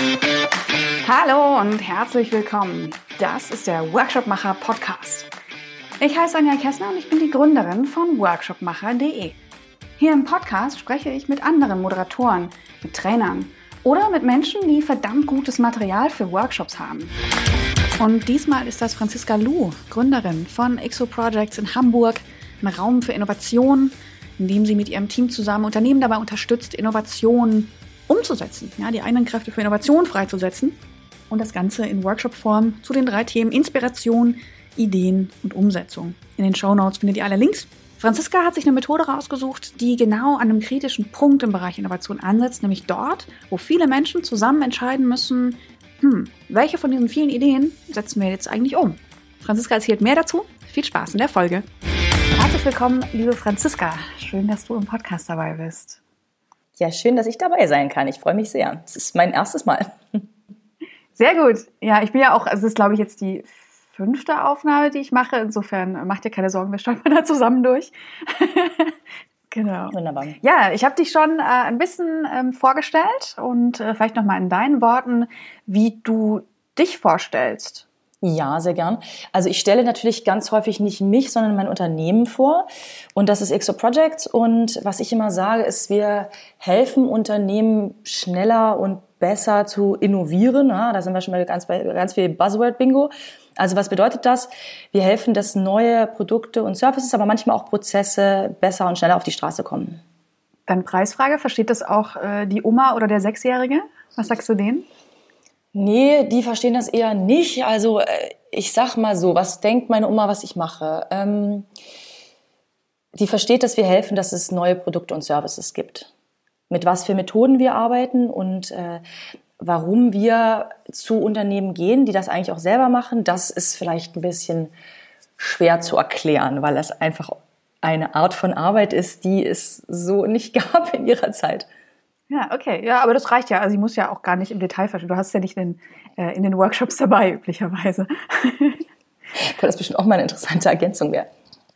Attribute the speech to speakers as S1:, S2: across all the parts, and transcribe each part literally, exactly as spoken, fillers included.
S1: Hallo und herzlich willkommen. Das ist der Workshopmacher Podcast. Ich heiße Anja Kessner und ich bin die Gründerin von workshopmacher punkt de. Hier im Podcast spreche ich mit anderen Moderatoren, mit Trainern oder mit Menschen, die verdammt gutes Material für Workshops haben. Und diesmal ist das Franziska Lu, Gründerin von X O Projects in Hamburg, ein Raum für Innovation, in dem sie mit ihrem Team zusammen Unternehmen dabei unterstützt, Innovationen umzusetzen, ja, die eigenen Kräfte für Innovation freizusetzen und das Ganze in Workshop-Form zu den drei Themen Inspiration, Ideen und Umsetzung. In den Shownotes findet ihr alle Links. Franziska hat sich eine Methode rausgesucht, die genau an einem kritischen Punkt im Bereich Innovation ansetzt, nämlich dort, wo viele Menschen zusammen entscheiden müssen, hm, welche von diesen vielen Ideen setzen wir jetzt eigentlich um? Franziska erzählt mehr dazu. Viel Spaß in der Folge. Herzlich willkommen, liebe Franziska. Schön, dass du im Podcast dabei bist.
S2: Ja, schön, dass ich dabei sein kann. Ich freue mich sehr. Es ist mein erstes Mal.
S1: Sehr gut. Ja, ich bin ja auch, es ist, glaube ich, jetzt die fünfte Aufnahme, die ich mache. Insofern macht dir keine Sorgen, wir stolpern da zusammen durch. Genau.
S2: Wunderbar.
S1: Ja, ich habe dich schon äh, ein bisschen ähm, vorgestellt und äh, vielleicht nochmal in deinen Worten, wie du dich vorstellst.
S2: Ja, sehr gern. Also ich stelle natürlich ganz häufig nicht mich, sondern mein Unternehmen vor. Und das ist X O Projects. Und was ich immer sage, ist, wir helfen Unternehmen schneller und besser zu innovieren. Ja, da sind wir schon mal ganz, ganz viel Buzzword-Bingo. Also was bedeutet das? Wir helfen, dass neue Produkte und Services, aber manchmal auch Prozesse besser und schneller auf die Straße kommen.
S1: Dann Preisfrage, versteht das auch äh, die Oma oder der Sechsjährige? Was sagst du denen?
S2: Nee, die verstehen das eher nicht. Also ich sag mal so, was denkt meine Oma, was ich mache? Ähm, die versteht, dass wir helfen, dass es neue Produkte und Services gibt. Mit was für Methoden wir arbeiten und äh, warum wir zu Unternehmen gehen, die das eigentlich auch selber machen, das ist vielleicht ein bisschen schwer zu erklären, weil das einfach eine Art von Arbeit ist, die es so nicht gab in ihrer Zeit.
S1: Ja, okay. Ja, aber das reicht ja. Also sie muss ja auch gar nicht im Detail verstehen. Du hast ja nicht in, äh, in den Workshops dabei, üblicherweise.
S2: Das bestimmt auch mal eine interessante Ergänzung wäre.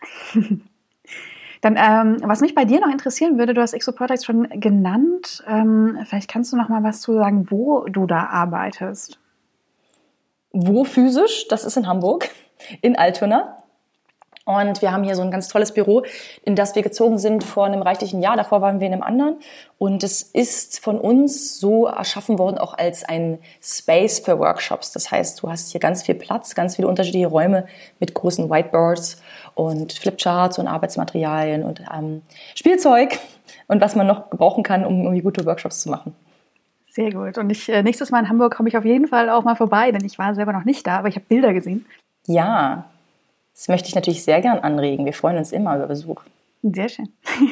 S1: Dann, ähm, was mich bei dir noch interessieren würde, du hast X O Projects schon genannt. Ähm, vielleicht kannst du noch mal was zu sagen, wo du da arbeitest.
S2: Wo physisch? Das ist in Hamburg, in Altona. Und wir haben hier so ein ganz tolles Büro, in das wir gezogen sind vor einem reichlichen Jahr. Davor waren wir in einem anderen. Und es ist von uns so erschaffen worden, auch als ein Space für Workshops. Das heißt, du hast hier ganz viel Platz, ganz viele unterschiedliche Räume mit großen Whiteboards und Flipcharts und Arbeitsmaterialien und ähm, Spielzeug und was man noch gebrauchen kann, um irgendwie gute Workshops zu machen.
S1: Sehr gut. Und ich, äh, nächstes Mal in Hamburg komme ich auf jeden Fall auch mal vorbei, denn ich war selber noch nicht da, aber ich habe Bilder gesehen.
S2: Ja, das möchte ich natürlich sehr gern anregen. Wir freuen uns immer über Besuch.
S1: Sehr schön.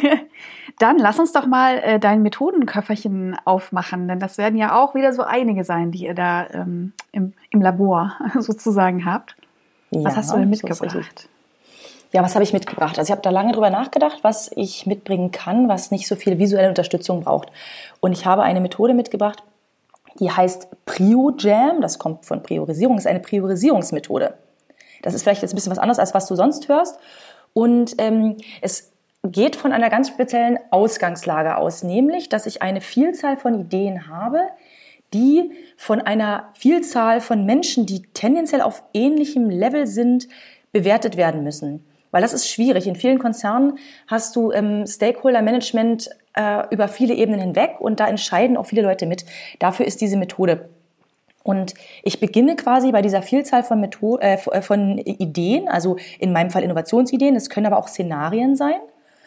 S1: Dann lass uns doch mal äh, dein Methodenköfferchen aufmachen, denn das werden ja auch wieder so einige sein, die ihr da ähm, im, im Labor sozusagen habt. Was
S2: Ja,
S1: hast du denn
S2: so ist
S1: mitgebracht?
S2: Ja, was habe ich mitgebracht? Also ich habe da lange drüber nachgedacht, was ich mitbringen kann, was nicht so viel visuelle Unterstützung braucht. Und ich habe eine Methode mitgebracht, die heißt PrioJam. Das kommt von Priorisierung, ist eine Priorisierungsmethode. Das ist vielleicht jetzt ein bisschen was anderes, als was du sonst hörst. Und ähm, es geht von einer ganz speziellen Ausgangslage aus, nämlich, dass ich eine Vielzahl von Ideen habe, die von einer Vielzahl von Menschen, die tendenziell auf ähnlichem Level sind, bewertet werden müssen. Weil das ist schwierig. In vielen Konzernen hast du ähm, Stakeholder-Management äh, über viele Ebenen hinweg und da entscheiden auch viele Leute mit. Dafür ist diese Methode. Und ich beginne quasi bei dieser Vielzahl von, Methoden, äh, von Ideen, also in meinem Fall Innovationsideen, es können aber auch Szenarien sein.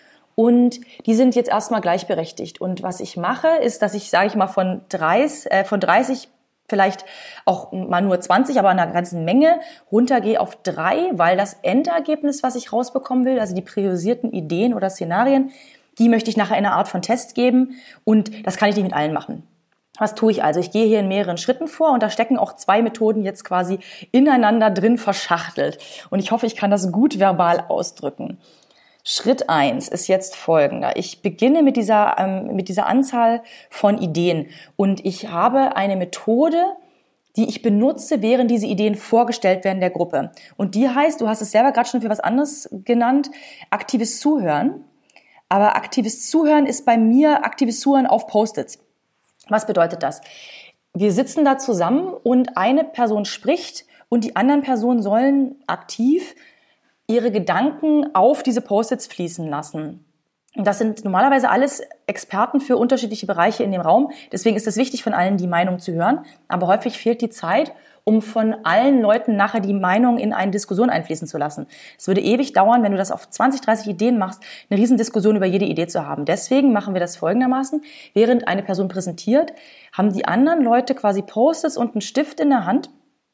S2: Und die sind jetzt erstmal gleichberechtigt. Und was ich mache, ist, dass ich, sage ich mal, von dreißig, äh, von dreißig vielleicht auch mal nur zwanzig, aber einer ganzen Menge runtergehe auf drei, weil das Endergebnis, was ich rausbekommen will, also die priorisierten Ideen oder Szenarien, die möchte ich nachher in einer Art von Test geben. Und das kann ich nicht mit allen machen. Was tue ich also? Ich gehe hier in mehreren Schritten vor und da stecken auch zwei Methoden jetzt quasi ineinander drin verschachtelt. Und ich hoffe, ich kann das gut verbal ausdrücken. Schritt eins ist jetzt folgender. Ich beginne mit dieser, ähm, mit dieser Anzahl von Ideen und ich habe eine Methode, die ich benutze, während diese Ideen vorgestellt werden der Gruppe. Und die heißt, du hast es selber gerade schon für was anderes genannt, aktives Zuhören. Aber aktives Zuhören ist bei mir aktives Zuhören auf Post-its. Was bedeutet das? wir sitzen da zusammen und eine Person spricht und die anderen Personen sollen aktiv ihre Gedanken auf diese Post-its fließen lassen. Und das sind normalerweise alles Experten für unterschiedliche Bereiche in dem Raum. Deswegen ist es wichtig, von allen die Meinung zu hören. Aber häufig fehlt die Zeit, um von allen Leuten nachher die Meinung in eine Diskussion einfließen zu lassen. Es würde ewig dauern, wenn du das auf zwanzig, dreißig Ideen machst, eine Riesendiskussion über jede Idee zu haben. Deswegen machen wir das folgendermaßen. Während eine Person präsentiert, haben die anderen Leute quasi Post-its und einen Stift in der Hand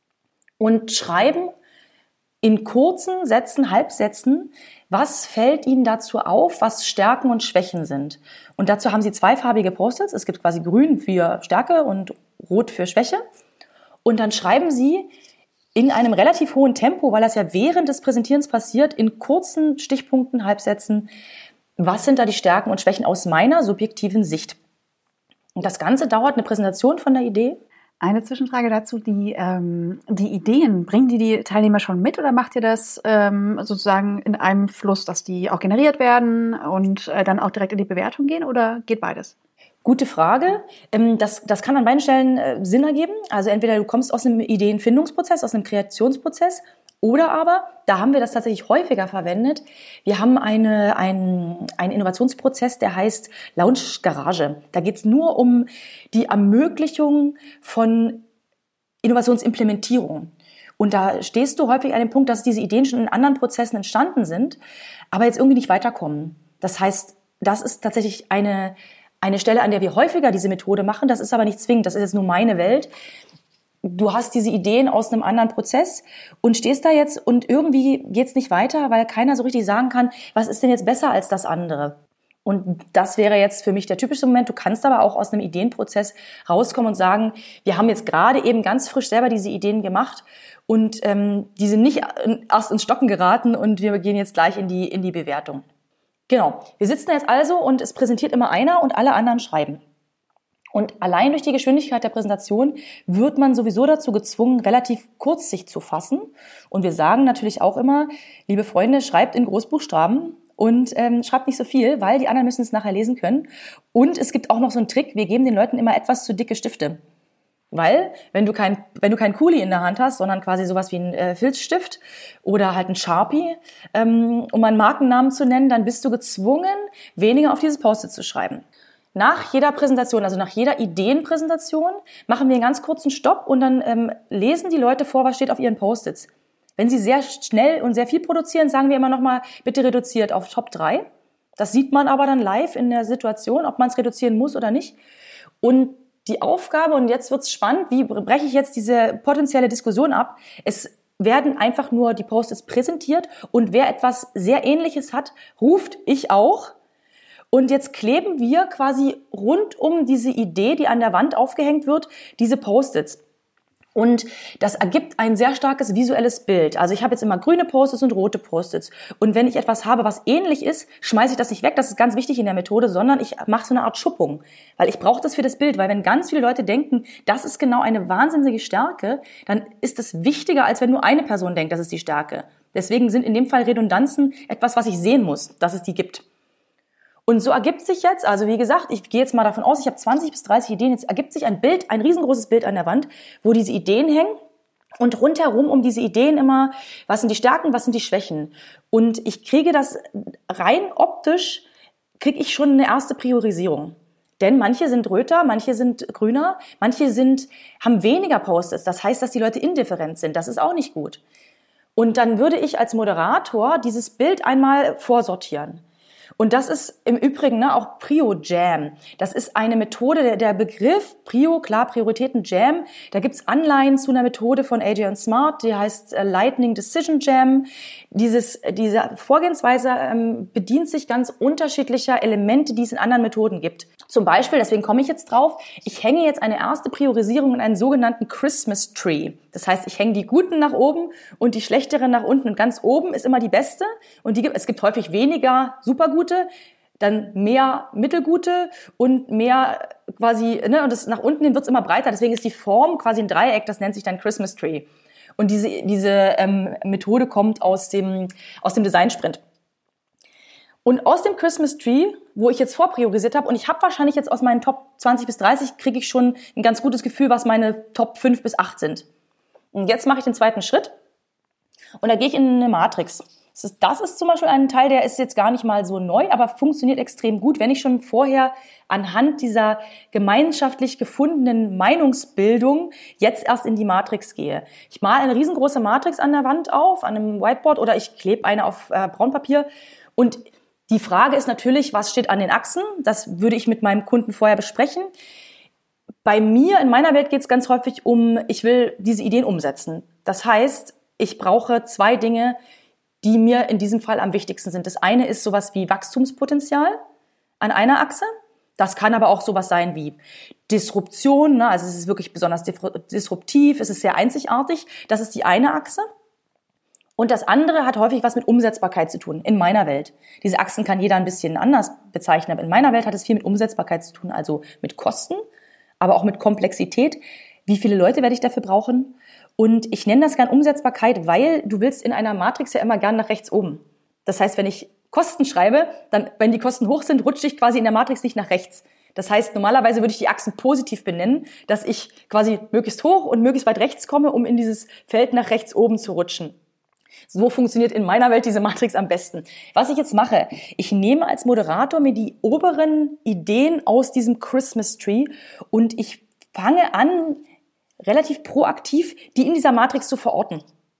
S2: und schreiben in kurzen Sätzen, Halbsätzen, was fällt ihnen dazu auf, was Stärken und Schwächen sind. Und dazu haben sie zweifarbige Post-its. Es gibt quasi grün für Stärke und rot für Schwäche. Und dann schreiben sie in einem relativ hohen Tempo, weil das ja während des Präsentierens passiert, in kurzen Stichpunkten, Halbsätzen, was sind da die Stärken und Schwächen aus meiner subjektiven Sicht. Und das Ganze dauert eine Präsentation von der Idee.
S1: Eine Zwischenfrage dazu, die, ähm, die Ideen, bringen die die Teilnehmer schon mit oder macht ihr das ähm, sozusagen in einem Fluss, dass die auch generiert werden und äh, dann auch direkt in die Bewertung gehen oder geht beides?
S2: Gute Frage. Das, das kann an beiden Stellen Sinn ergeben. Also entweder du kommst aus einem Ideenfindungsprozess, aus einem Kreationsprozess, oder aber, da haben wir das tatsächlich häufiger verwendet, wir haben eine, einen, einen Innovationsprozess, der heißt Launch Garage. Da geht es nur um die Ermöglichung von Innovationsimplementierung. Und da stehst du häufig an dem Punkt, dass diese Ideen schon in anderen Prozessen entstanden sind, aber jetzt irgendwie nicht weiterkommen. Das heißt, das ist tatsächlich eine Eine Stelle, an der wir häufiger diese Methode machen, das ist aber nicht zwingend, das ist jetzt nur meine Welt. Du hast diese Ideen aus einem anderen Prozess und stehst da jetzt und irgendwie geht's nicht weiter, weil keiner so richtig sagen kann, was ist denn jetzt besser als das andere? Und das wäre jetzt für mich der typische Moment. Du kannst aber auch aus einem Ideenprozess rauskommen und sagen, wir haben jetzt gerade eben ganz frisch selber diese Ideen gemacht und ähm, die sind nicht erst ins Stocken geraten und wir gehen jetzt gleich in die, in die Bewertung. Genau, wir sitzen jetzt also und es präsentiert immer einer und alle anderen schreiben. Und allein durch die Geschwindigkeit der Präsentation wird man sowieso dazu gezwungen, relativ kurz sich zu fassen. Und wir sagen natürlich auch immer, liebe Freunde, schreibt in Großbuchstaben und ähm, schreibt nicht so viel, weil die anderen müssen es nachher lesen können. Und es gibt auch noch so einen Trick, wir geben den Leuten immer etwas zu dicke Stifte. Weil, wenn du kein, wenn du kein Kuli in der Hand hast, sondern quasi sowas wie ein äh, Filzstift oder halt ein Sharpie, ähm, um einen Markennamen zu nennen, dann bist du gezwungen, weniger auf dieses Post-it zu schreiben. Nach jeder Präsentation, also nach jeder Ideenpräsentation, machen wir einen ganz kurzen Stopp und dann ähm, lesen die Leute vor, was steht auf ihren Post-its. Wenn sie sehr schnell und sehr viel produzieren, sagen wir immer nochmal, bitte reduziert auf Top drei. Das sieht man aber dann live in der Situation, ob man es reduzieren muss oder nicht. Und die Aufgabe, und jetzt wird's spannend, wie breche ich jetzt diese potenzielle Diskussion ab? Es werden einfach nur die Post-its präsentiert und wer etwas sehr Ähnliches hat, ruft ich auch. Und jetzt kleben wir quasi rund um diese Idee, die an der Wand aufgehängt wird, diese Post-its. Und das ergibt ein sehr starkes visuelles Bild. Also ich habe jetzt immer grüne Post-its und rote Post-its. Und wenn ich etwas habe, was ähnlich ist, schmeiße ich das nicht weg. Das ist ganz wichtig in der Methode, sondern ich mache so eine Art Schuppung. Weil ich brauche das für das Bild. Weil wenn ganz viele Leute denken, das ist genau eine wahnsinnige Stärke, dann ist das wichtiger, als wenn nur eine Person denkt, das ist die Stärke. Deswegen sind in dem Fall Redundanzen etwas, was ich sehen muss, dass es die gibt. Und so ergibt sich jetzt, also wie gesagt, ich gehe jetzt mal davon aus, ich habe zwanzig bis dreißig Ideen, jetzt ergibt sich ein Bild, ein riesengroßes Bild an der Wand, wo diese Ideen hängen und rundherum um diese Ideen immer, was sind die Stärken, was sind die Schwächen. Und ich kriege das rein optisch, kriege ich schon eine erste Priorisierung. Denn manche sind röter, manche sind grüner, manche sind, haben weniger Post-its. Das heißt, dass die Leute indifferent sind. Das ist auch nicht gut. Und dann würde ich als Moderator dieses Bild einmal vorsortieren. Und das ist im Übrigen ne, auch Prio-Jam. Das ist eine Methode, der, der Begriff Prio, klar, Prioritäten-Jam. Da gibt's Anleihen zu einer Methode von A J und Smart, die heißt äh, Lightning Decision Jam. Dieses, diese Vorgehensweise ähm, bedient sich ganz unterschiedlicher Elemente, die es in anderen Methoden gibt. Zum Beispiel, deswegen komme ich jetzt drauf, ich hänge jetzt eine erste Priorisierung in einen sogenannten Christmas Tree. Das heißt, ich hänge die guten nach oben und die schlechteren nach unten. Und ganz oben ist immer die beste. Und die gibt, es gibt häufig weniger supergute, dann mehr mittelgute und mehr quasi, ne, und das nach unten hin wird's immer breiter. Deswegen ist die Form quasi ein Dreieck, das nennt sich dann Christmas Tree. Und diese, diese ähm, Methode kommt aus dem, aus dem Design Sprint. Und aus dem Christmas Tree, wo ich jetzt vorpriorisiert habe, und ich habe wahrscheinlich jetzt aus meinen Top zwanzig bis dreißig, kriege ich schon ein ganz gutes Gefühl, was meine Top fünf bis acht sind. Und jetzt mache ich den zweiten Schritt und da gehe ich in eine Matrix. Das ist, das ist zum Beispiel ein Teil, der ist jetzt gar nicht mal so neu, aber funktioniert extrem gut, wenn ich schon vorher anhand dieser gemeinschaftlich gefundenen Meinungsbildung jetzt erst in die Matrix gehe. Ich male eine riesengroße Matrix an der Wand auf, an einem Whiteboard, oder ich klebe eine auf äh, Braunpapier. Und die Frage ist natürlich, was steht an den Achsen? Das würde ich mit meinem Kunden vorher besprechen. Bei mir, in meiner Welt geht es ganz häufig um, ich will diese Ideen umsetzen. Das heißt, ich brauche zwei Dinge, die mir in diesem Fall am wichtigsten sind. Das eine ist sowas wie Wachstumspotenzial an einer Achse. Das kann aber auch sowas sein wie Disruption, ne? Also es ist wirklich besonders disruptiv, es ist sehr einzigartig. Das ist die eine Achse. Und das andere hat häufig was mit Umsetzbarkeit zu tun, in meiner Welt. Diese Achsen kann jeder ein bisschen anders bezeichnen, aber in meiner Welt hat es viel mit Umsetzbarkeit zu tun, also mit Kosten, aber auch mit Komplexität. Wie viele Leute werde ich dafür brauchen? Und ich nenne das gern Umsetzbarkeit, weil du willst in einer Matrix ja immer gern nach rechts oben. Das heißt, wenn ich Kosten schreibe, dann, wenn die Kosten hoch sind, rutsche ich quasi in der Matrix nicht nach rechts. Das heißt, normalerweise würde ich die Achsen positiv benennen, dass ich quasi möglichst hoch und möglichst weit rechts komme, um in dieses Feld nach rechts oben zu rutschen. So funktioniert in meiner Welt diese Matrix am besten. Was ich jetzt mache, ich nehme als Moderator mir die oberen Ideen aus diesem Christmas Tree und ich fange an, relativ proaktiv die in dieser Matrix zu verorten.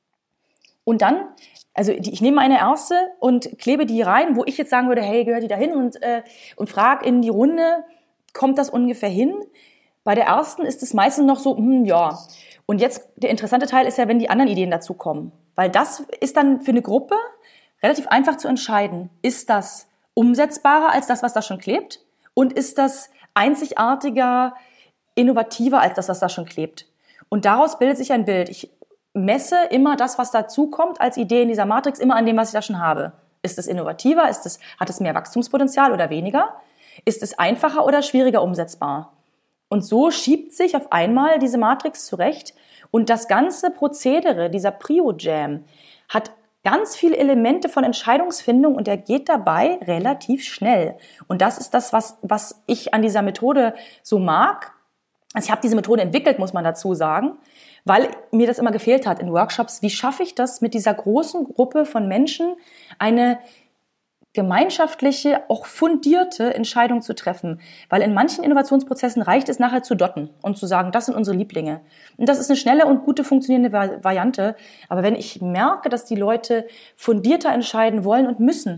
S2: Und dann, also ich nehme eine erste und klebe die rein, wo ich jetzt sagen würde, hey, gehört die da hin? Und, äh, und frage in die Runde, kommt das ungefähr hin? Bei der ersten ist es meistens noch so, hm, ja. Und jetzt, der interessante Teil ist ja, wenn die anderen Ideen dazu kommen. Weil das ist dann für eine Gruppe relativ einfach zu entscheiden. Ist das umsetzbarer als das, was da schon klebt? Und ist das einzigartiger, innovativer als das, was da schon klebt? Und daraus bildet sich ein Bild. Ich messe immer das, was dazu kommt als Idee in dieser Matrix, immer an dem, was ich da schon habe. Ist es innovativer? Ist es, hat es mehr Wachstumspotenzial oder weniger? Ist es einfacher oder schwieriger umsetzbar? Und so schiebt sich auf einmal diese Matrix zurecht. Und das ganze Prozedere, dieser Prio-Jam, hat ganz viele Elemente von Entscheidungsfindung und er geht dabei relativ schnell. Und das ist das, was, was ich an dieser Methode so mag. Also ich habe diese Methode entwickelt, muss man dazu sagen, weil mir das immer gefehlt hat in Workshops. Wie schaffe ich das, mit dieser großen Gruppe von Menschen eine gemeinschaftliche, auch fundierte Entscheidung zu treffen? Weil in manchen Innovationsprozessen reicht es nachher zu dotten und zu sagen, das sind unsere Lieblinge. Und das ist eine schnelle und gute funktionierende Variante. Aber wenn ich merke, dass die Leute fundierter entscheiden wollen und müssen,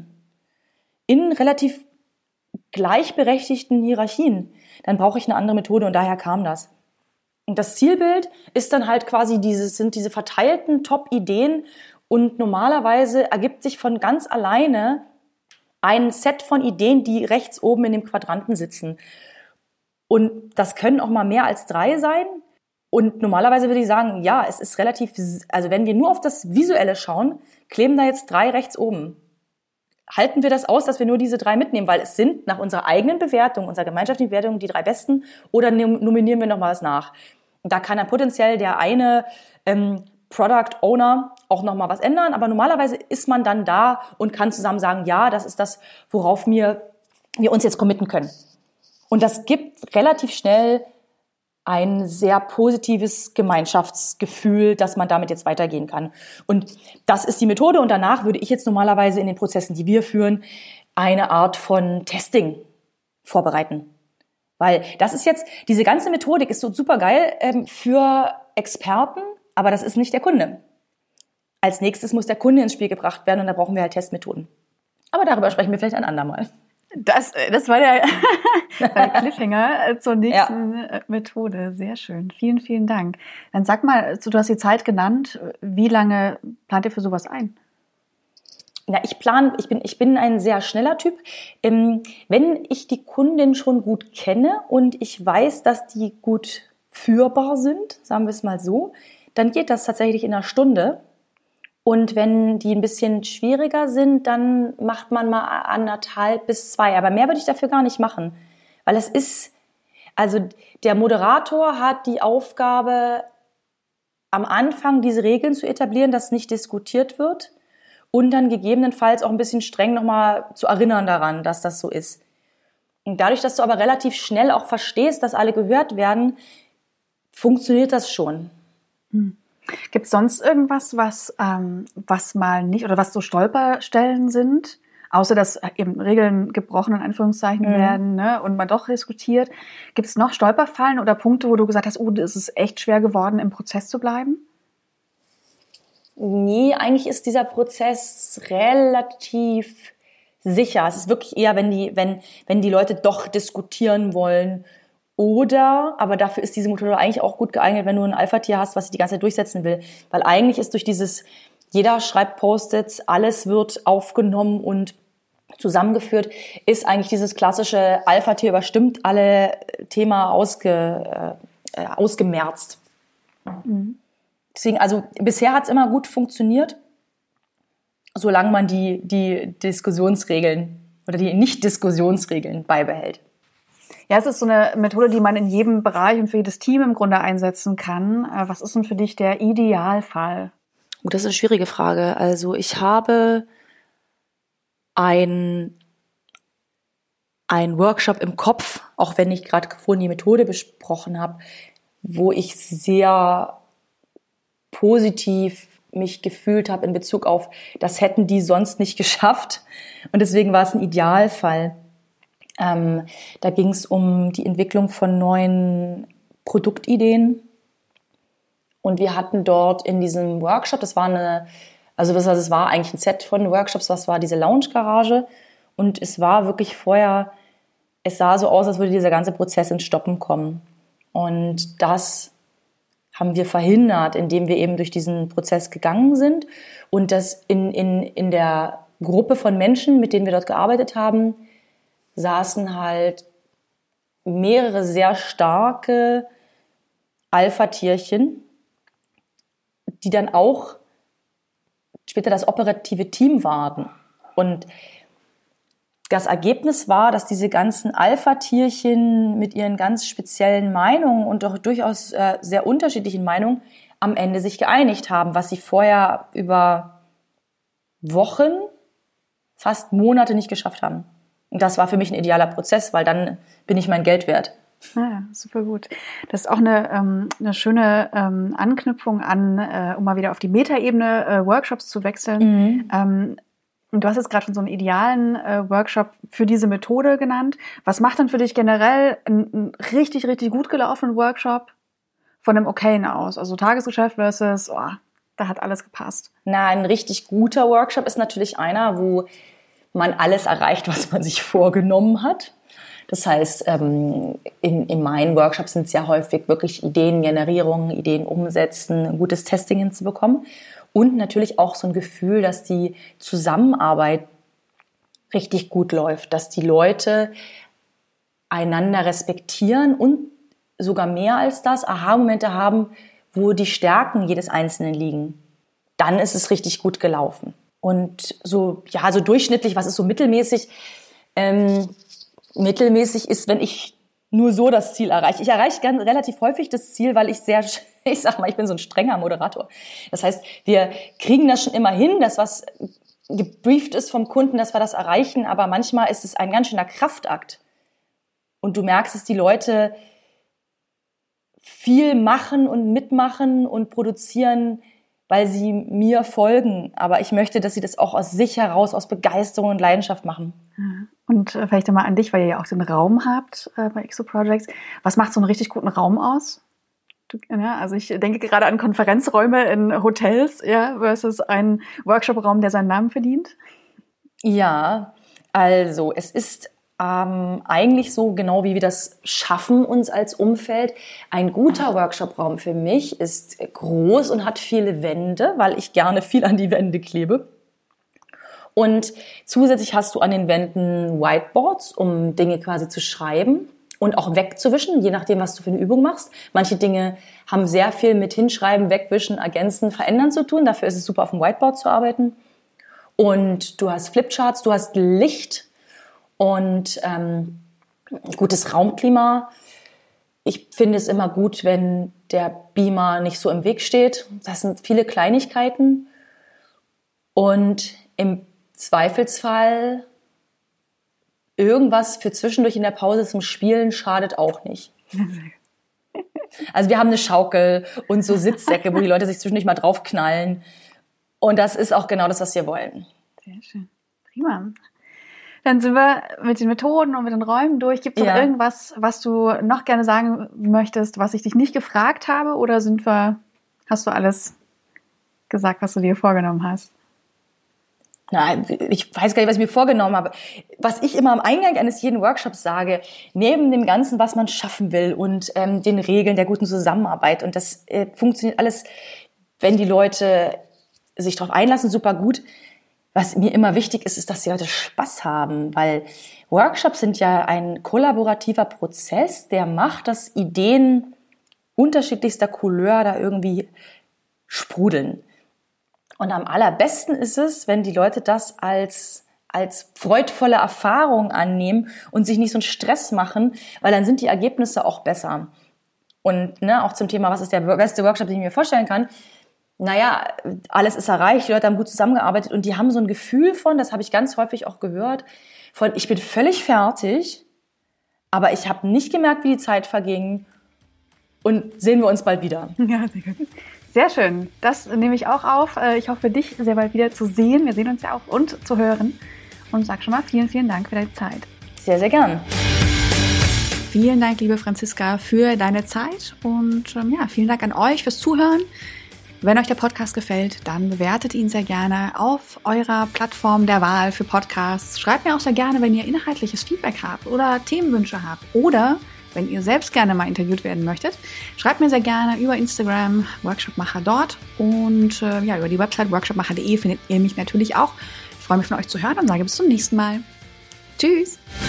S2: in relativ gleichberechtigten Hierarchien, dann brauche ich eine andere Methode und daher kam das. Und das Zielbild ist dann halt quasi diese, sind diese verteilten Top-Ideen und normalerweise ergibt sich von ganz alleine ein Set von Ideen, die rechts oben in dem Quadranten sitzen. Und das können auch mal mehr als drei sein. Und normalerweise würde ich sagen, ja, es ist relativ, also wenn wir nur auf das Visuelle schauen, kleben da jetzt drei rechts oben. Halten wir das aus, dass wir nur diese drei mitnehmen, weil es sind nach unserer eigenen Bewertung, unserer gemeinschaftlichen Bewertung die drei besten, oder nominieren wir noch mal was nach? Und da kann dann potenziell der eine ähm, Product Owner auch noch mal was ändern, aber normalerweise ist man dann da und kann zusammen sagen, ja, das ist das, worauf wir, wir uns jetzt committen können. Und das gibt relativ schnell ein sehr positives Gemeinschaftsgefühl, dass man damit jetzt weitergehen kann. Und das ist die Methode. Und danach würde ich jetzt normalerweise in den Prozessen, die wir führen, eine Art von Testing vorbereiten. Weil das ist jetzt, diese ganze Methodik ist so super geil ähm, für Experten, aber das ist nicht der Kunde. Als nächstes muss der Kunde ins Spiel gebracht werden und da brauchen wir halt Testmethoden. Aber darüber sprechen wir vielleicht ein andermal.
S1: Das, das war der, der Cliffhanger zur nächsten ja. Methode. Sehr schön. Vielen, vielen Dank. Dann sag mal, du hast die Zeit genannt. Wie lange plant ihr für sowas ein?
S2: Na, ich plane, ich bin, ich bin ein sehr schneller Typ. Ähm, wenn ich die Kundin schon gut kenne und ich weiß, dass die gut führbar sind, sagen wir es mal so, dann geht das tatsächlich in einer Stunde. Und wenn die ein bisschen schwieriger sind, dann macht man mal anderthalb bis zwei. Aber mehr würde ich dafür gar nicht machen. Weil es ist, also der Moderator hat die Aufgabe, am Anfang diese Regeln zu etablieren, dass nicht diskutiert wird. und dann gegebenenfalls auch ein bisschen streng nochmal zu erinnern daran, dass das so ist. Und dadurch, dass du aber relativ schnell auch verstehst, dass alle gehört werden, funktioniert das schon.
S1: Hm. Gibt es sonst irgendwas, was, ähm, was mal nicht, oder was so Stolperstellen sind? Außer dass eben Regeln gebrochen, in Anführungszeichen, mhm. werden, ne, und man doch diskutiert. Gibt es noch Stolperfallen oder Punkte, wo du gesagt hast, oh, es ist echt schwer geworden, im Prozess zu bleiben?
S2: Nee, eigentlich ist dieser Prozess relativ sicher. Es ist wirklich eher, wenn die, wenn, wenn die Leute doch diskutieren wollen. Oder, aber dafür ist diese Methode eigentlich auch gut geeignet, wenn du ein Alpha-Tier hast, was sich die ganze Zeit durchsetzen will. Weil eigentlich ist durch dieses, jeder schreibt Post-its, alles wird aufgenommen und zusammengeführt, ist eigentlich dieses klassische Alpha-Tier überstimmt alle Thema ausge, äh, ausgemerzt. Mhm. Deswegen, also bisher hat es immer gut funktioniert, solange man die, die Diskussionsregeln oder die Nicht-Diskussionsregeln beibehält.
S1: Ja, es ist so eine Methode, die man in jedem Bereich und für jedes Team im Grunde einsetzen kann. Was ist denn für dich der Idealfall?
S2: Oh, das ist eine schwierige Frage. Also ich habe ein, ein Workshop im Kopf, auch wenn ich gerade vorhin die Methode besprochen habe, wo ich sehr positiv mich gefühlt habe in Bezug auf, das hätten die sonst nicht geschafft. Und deswegen war es ein Idealfall. Ähm, da ging es um die Entwicklung von neuen Produktideen. Und wir hatten dort in diesem Workshop, das war eine, also das, das war eigentlich ein Set von Workshops, das war diese Lounge-Garage. Und es war wirklich vorher, es sah so aus, als würde dieser ganze Prozess ins Stoppen kommen. Und das haben wir verhindert, indem wir eben durch diesen Prozess gegangen sind. Und das in, in, in der Gruppe von Menschen, mit denen wir dort gearbeitet haben, saßen halt mehrere sehr starke Alpha-Tierchen, die dann auch später das operative Team waren. Und das Ergebnis war, dass diese ganzen Alpha-Tierchen mit ihren ganz speziellen Meinungen und doch durchaus äh, sehr unterschiedlichen Meinungen am Ende sich geeinigt haben, was sie vorher über Wochen, fast Monate nicht geschafft haben. Und das war für mich ein idealer Prozess, weil dann bin ich mein Geld wert.
S1: Ah, super gut. Das ist auch eine, ähm, eine schöne ähm, Anknüpfung an, äh, um mal wieder auf die Metaebene äh, Workshops zu wechseln. Mhm. Ähm, und du hast jetzt gerade schon so einen idealen äh, Workshop für diese Methode genannt. Was macht denn für dich generell einen richtig, richtig gut gelaufenen Workshop von einem Okayen aus? Also Tagesgeschäft versus, oh, da hat alles gepasst.
S2: Na, ein richtig guter Workshop ist natürlich einer, wo man alles erreicht, was man sich vorgenommen hat. Das heißt, in, in meinen Workshops sind es ja häufig wirklich Ideengenerierung, Ideen umsetzen, ein gutes Testing hinzubekommen und natürlich auch so ein Gefühl, dass die Zusammenarbeit richtig gut läuft, dass die Leute einander respektieren und sogar mehr als das Aha-Momente haben, wo die Stärken jedes Einzelnen liegen. Dann ist es richtig gut gelaufen. Und so, ja, so durchschnittlich, was ist so mittelmäßig? Ähm, mittelmäßig ist, wenn ich nur so das Ziel erreiche. Ich erreiche ganz, relativ häufig das Ziel, weil ich sehr, ich sag mal, ich bin so ein strenger Moderator. Das heißt, wir kriegen das schon immer hin, dass was gebrieft ist vom Kunden, dass wir das erreichen, aber manchmal ist es ein ganz schöner Kraftakt. Und du merkst, dass die Leute viel machen und mitmachen und produzieren, weil sie mir folgen. Aber ich möchte, dass sie das auch aus sich heraus, aus Begeisterung und Leidenschaft machen.
S1: Und vielleicht einmal an dich, weil ihr ja auch den Raum habt äh, bei X O Projects. Was macht so einen richtig guten Raum aus? Du, ja, also ich denke gerade an Konferenzräume in Hotels, ja, versus einen Workshop-Raum, der seinen Namen verdient.
S2: Ja, also es ist ähm, eigentlich so, genau wie wir das schaffen uns als Umfeld. Ein guter Workshop-Raum für mich ist groß und hat viele Wände, weil ich gerne viel an die Wände klebe. Und zusätzlich hast du an den Wänden Whiteboards, um Dinge quasi zu schreiben und auch wegzuwischen, je nachdem, was du für eine Übung machst. Manche Dinge haben sehr viel mit Hinschreiben, Wegwischen, Ergänzen, Verändern zu tun. Dafür ist es super, auf dem Whiteboard zu arbeiten. Und du hast Flipcharts, du hast Licht und ähm, gutes Raumklima. Ich finde es immer gut, wenn der Beamer nicht so im Weg steht. Das sind viele Kleinigkeiten. Und im Zweifelsfall irgendwas für zwischendurch in der Pause zum Spielen schadet auch nicht. Also wir haben eine Schaukel und so Sitzsäcke, wo die Leute sich zwischendurch mal draufknallen. Und das ist auch genau das, was wir wollen.
S1: Sehr schön. Prima. Dann sind wir mit den Methoden und mit den Räumen durch. Gibt es noch
S2: Ja.
S1: irgendwas, was du noch gerne sagen möchtest, was ich dich nicht gefragt habe? Oder sind wir, hast du alles gesagt, was du dir vorgenommen hast?
S2: Nein, ich weiß gar nicht, was ich mir vorgenommen habe. Was ich immer am Eingang eines jeden Workshops sage, neben dem Ganzen, was man schaffen will und ähm, den Regeln der guten Zusammenarbeit, und das äh, funktioniert alles, wenn die Leute sich darauf einlassen, super gut. Was mir immer wichtig ist, ist, dass die Leute Spaß haben, weil Workshops sind ja ein kollaborativer Prozess, der macht, dass Ideen unterschiedlichster Couleur da irgendwie sprudeln. Und am allerbesten ist es, wenn die Leute das als, als freudvolle Erfahrung annehmen und sich nicht so einen Stress machen, weil dann sind die Ergebnisse auch besser. Und ne, auch zum Thema, was ist der beste Workshop, den ich mir vorstellen kann? Naja, alles ist erreicht, die Leute haben gut zusammengearbeitet und die haben so ein Gefühl von, das habe ich ganz häufig auch gehört, von ich bin völlig fertig, aber ich habe nicht gemerkt, wie die Zeit verging, und sehen wir uns bald wieder.
S1: Ja, sehr gut. Sehr schön. Das nehme ich auch auf. Ich hoffe, dich sehr bald wieder zu sehen. Wir sehen uns ja auch und zu hören. Und sag schon mal vielen, vielen Dank für deine Zeit.
S2: Sehr, sehr gern.
S1: Vielen Dank, liebe Franziska, für deine Zeit. Und ähm, ja, vielen Dank an euch fürs Zuhören. Wenn euch der Podcast gefällt, dann bewertet ihn sehr gerne auf eurer Plattform der Wahl für Podcasts. Schreibt mir auch sehr gerne, wenn ihr inhaltliches Feedback habt oder Themenwünsche habt oder wenn ihr selbst gerne mal interviewt werden möchtet, schreibt mir sehr gerne über Instagram, Workshopmacher dort, und äh, ja, über die Website workshopmacher punkt de findet ihr mich natürlich auch. Ich freue mich, von euch zu hören und sage bis zum nächsten Mal. Tschüss!